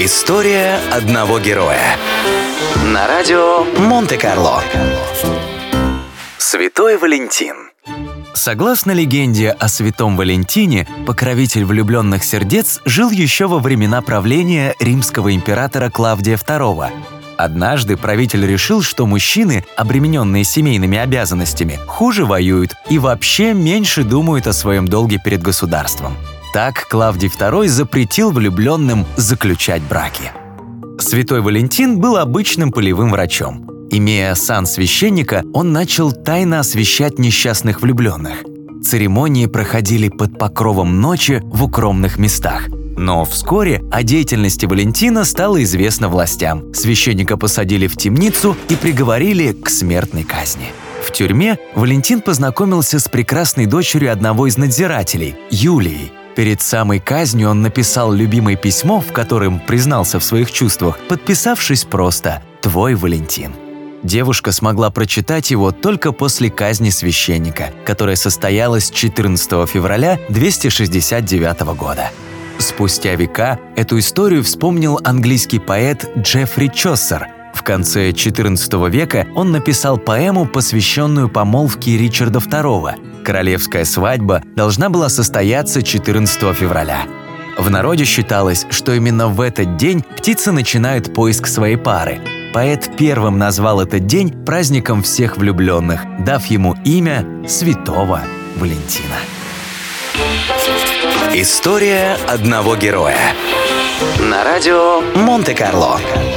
История одного героя. На радио Монте-Карло. Святой Валентин. Согласно легенде о святом Валентине, покровитель влюбленных сердец жил еще во времена правления римского императора Клавдия II. Однажды правитель решил, что мужчины, обремененные семейными обязанностями, хуже воюют и вообще меньше думают о своем долге перед государством. Так Клавдий II запретил влюбленным заключать браки. Святой Валентин был обычным полевым врачом. Имея сан священника, он начал тайно освещать несчастных влюбленных. Церемонии проходили под покровом ночи в укромных местах. Но вскоре о деятельности Валентина стало известно властям. Священника посадили в темницу и приговорили к смертной казни. В тюрьме Валентин познакомился с прекрасной дочерью одного из надзирателей – Юлией. Перед самой казнью он написал любимое письмо, в котором признался в своих чувствах, подписавшись просто «Твой Валентин». Девушка смогла прочитать его только после казни священника, которая состоялась 14 февраля 269 года. Спустя века эту историю вспомнил английский поэт Джеффри Чосер. В конце XIV века он написал поэму, посвященную помолвке Ричарда II. Королевская свадьба должна была состояться 14 февраля. В народе считалось, что именно в этот день птицы начинают поиск своей пары. Поэт первым назвал этот день праздником всех влюбленных, дав ему имя Святого Валентина. История одного героя. На радио Монте-Карло.